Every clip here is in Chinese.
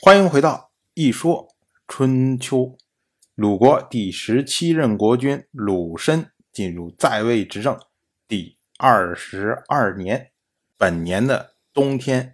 欢迎回到一说春秋。鲁国第17任国君鲁申进入在位执政第22年，本年的冬天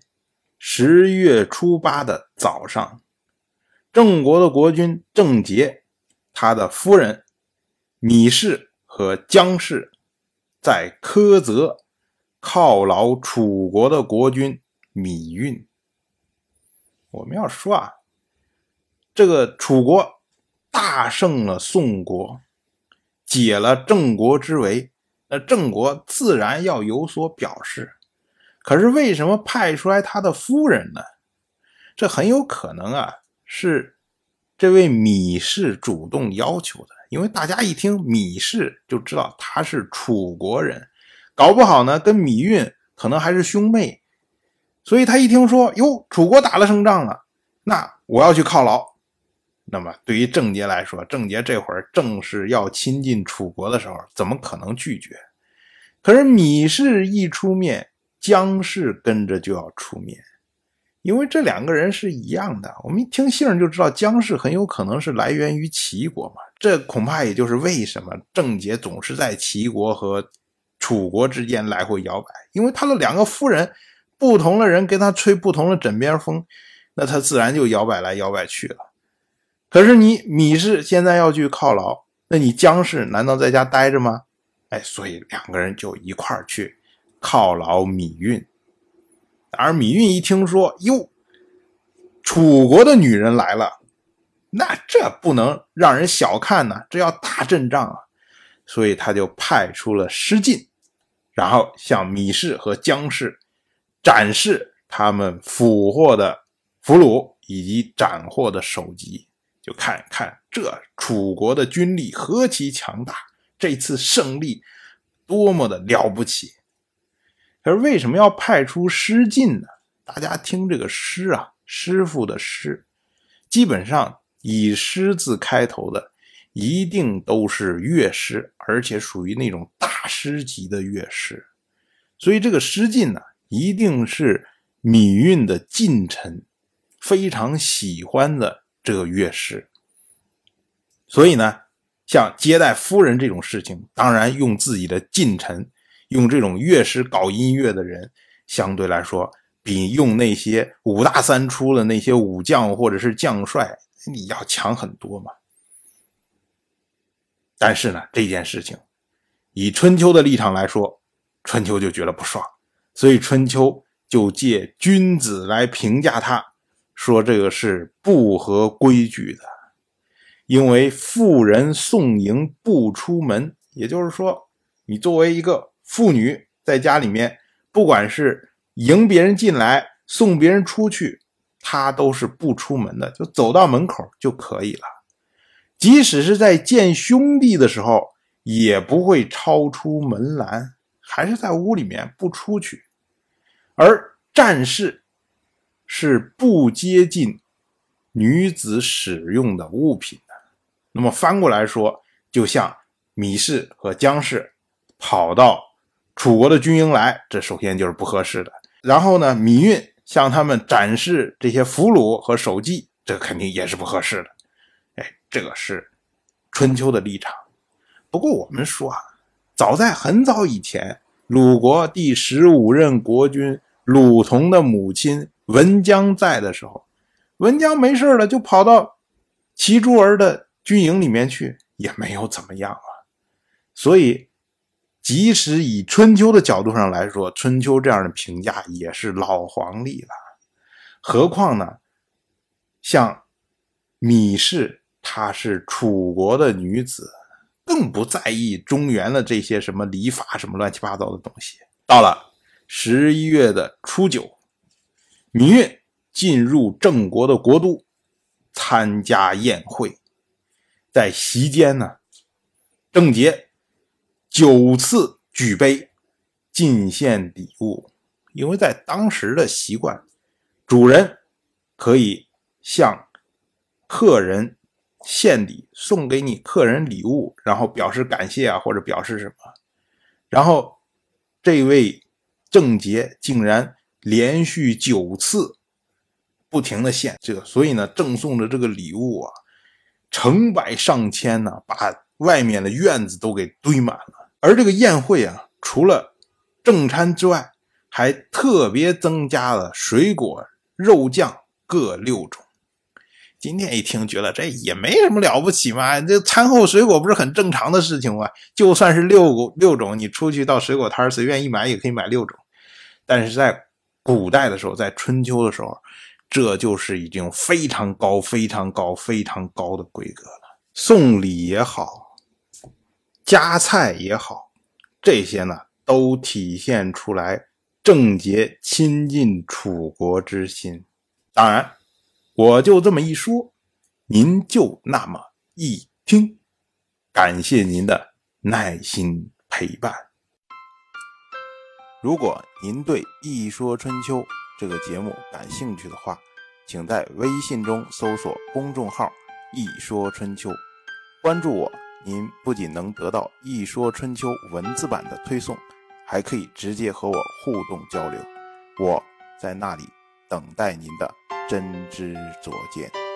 10月初8的早上，郑国的国君郑杰，他的夫人芈氏和姜氏在苛责犒劳楚国的国君芈运。我们要说这个楚国大胜了宋国，解了郑国之围，那郑国自然要有所表示。可是为什么派出来他的夫人呢？这很有可能是这位芈氏主动要求的，因为大家一听芈氏就知道他是楚国人，搞不好呢跟芈运可能还是兄妹，所以他一听说哟，楚国打了胜仗了，那我要去犒劳。那么对于郑杰来说，郑杰这会儿正是要亲近楚国的时候，怎么可能拒绝？可是芈氏一出面，姜氏跟着就要出面，因为这两个人是一样的。我们一听姓就知道姜氏很有可能是来源于齐国嘛，这恐怕也就是为什么郑杰总是在齐国和楚国之间来回摇摆，因为他的两个夫人不同的人跟他吹不同的枕边风，那他自然就摇摆来摇摆去了。可是你芈氏现在要去犒劳，那你姜氏难道在家待着吗？所以两个人就一块儿去犒劳芈运。而芈运一听说哟，楚国的女人来了，那这不能让人小看呢，这要大阵仗啊。所以他就派出了师进，然后向芈氏和姜氏展示他们俘获的俘虏以及斩获的首级，就看看这楚国的军力何其强大，这次胜利多么的了不起。可是为什么要派出师进呢？大家听这个师师傅的师，基本上以师字开头的一定都是乐师，而且属于那种大师级的乐师。所以这个师进一定是芈运的近臣，非常喜欢的这个乐师。所以呢，像接待夫人这种事情，当然用自己的近臣，用这种乐师搞音乐的人，相对来说比用那些五大三粗的那些武将或者是将帅你要强很多嘛。但是呢，这件事情以春秋的立场来说，春秋就觉得不爽，所以春秋就借君子来评价他，说这个是不合规矩的。因为妇人送迎不出门，也就是说你作为一个妇女在家里面，不管是迎别人进来送别人出去，她都是不出门的，就走到门口就可以了。即使是在见兄弟的时候也不会超出门栏，还是在屋里面不出去。而战士是不接近女子使用的物品的。那么翻过来说，就像芈氏和姜氏跑到楚国的军营来，这首先就是不合适的。然后呢，芈运向他们展示这些俘虏和首级，这肯定也是不合适的。这个是春秋的立场。不过我们说早在很早以前，鲁国第15任国君鲁同的母亲文姜在的时候，文姜没事了就跑到齐诸儿的军营里面去，也没有怎么样所以即使以春秋的角度上来说，春秋这样的评价也是老黄历了。何况呢，像芈氏她是楚国的女子，更不在意中原的这些什么礼法什么乱七八糟的东西。到了11月的初9，芈运进入郑国的国都参加宴会。在席间呢，郑杰9次举杯进献礼物。因为在当时的习惯，主人可以向客人献礼，送给你客人礼物，然后表示感谢或者表示什么。然后这位郑杰竟然连续9次不停的献所以呢，赠送的这个礼物啊，成百上千呢，把外面的院子都给堆满了。而这个宴会啊，除了正餐之外，还特别增加了水果、肉酱各6种。今天一听觉得这也没什么了不起嘛，这餐后水果不是很正常的事情吗？就算是六种，你出去到水果摊随便一买也可以买6种。但是在古代的时候，在春秋的时候，这就是已经非常高非常高非常高的规格了。送礼也好，夹菜也好，这些呢都体现出来郑杰亲近楚国之心。当然我就这么一说，您就那么一听，感谢您的耐心陪伴。如果您对《一说春秋》这个节目感兴趣的话，请在微信中搜索公众号“一说春秋”，关注我，您不仅能得到《一说春秋》文字版的推送，还可以直接和我互动交流。我在那里等待您的真知灼见。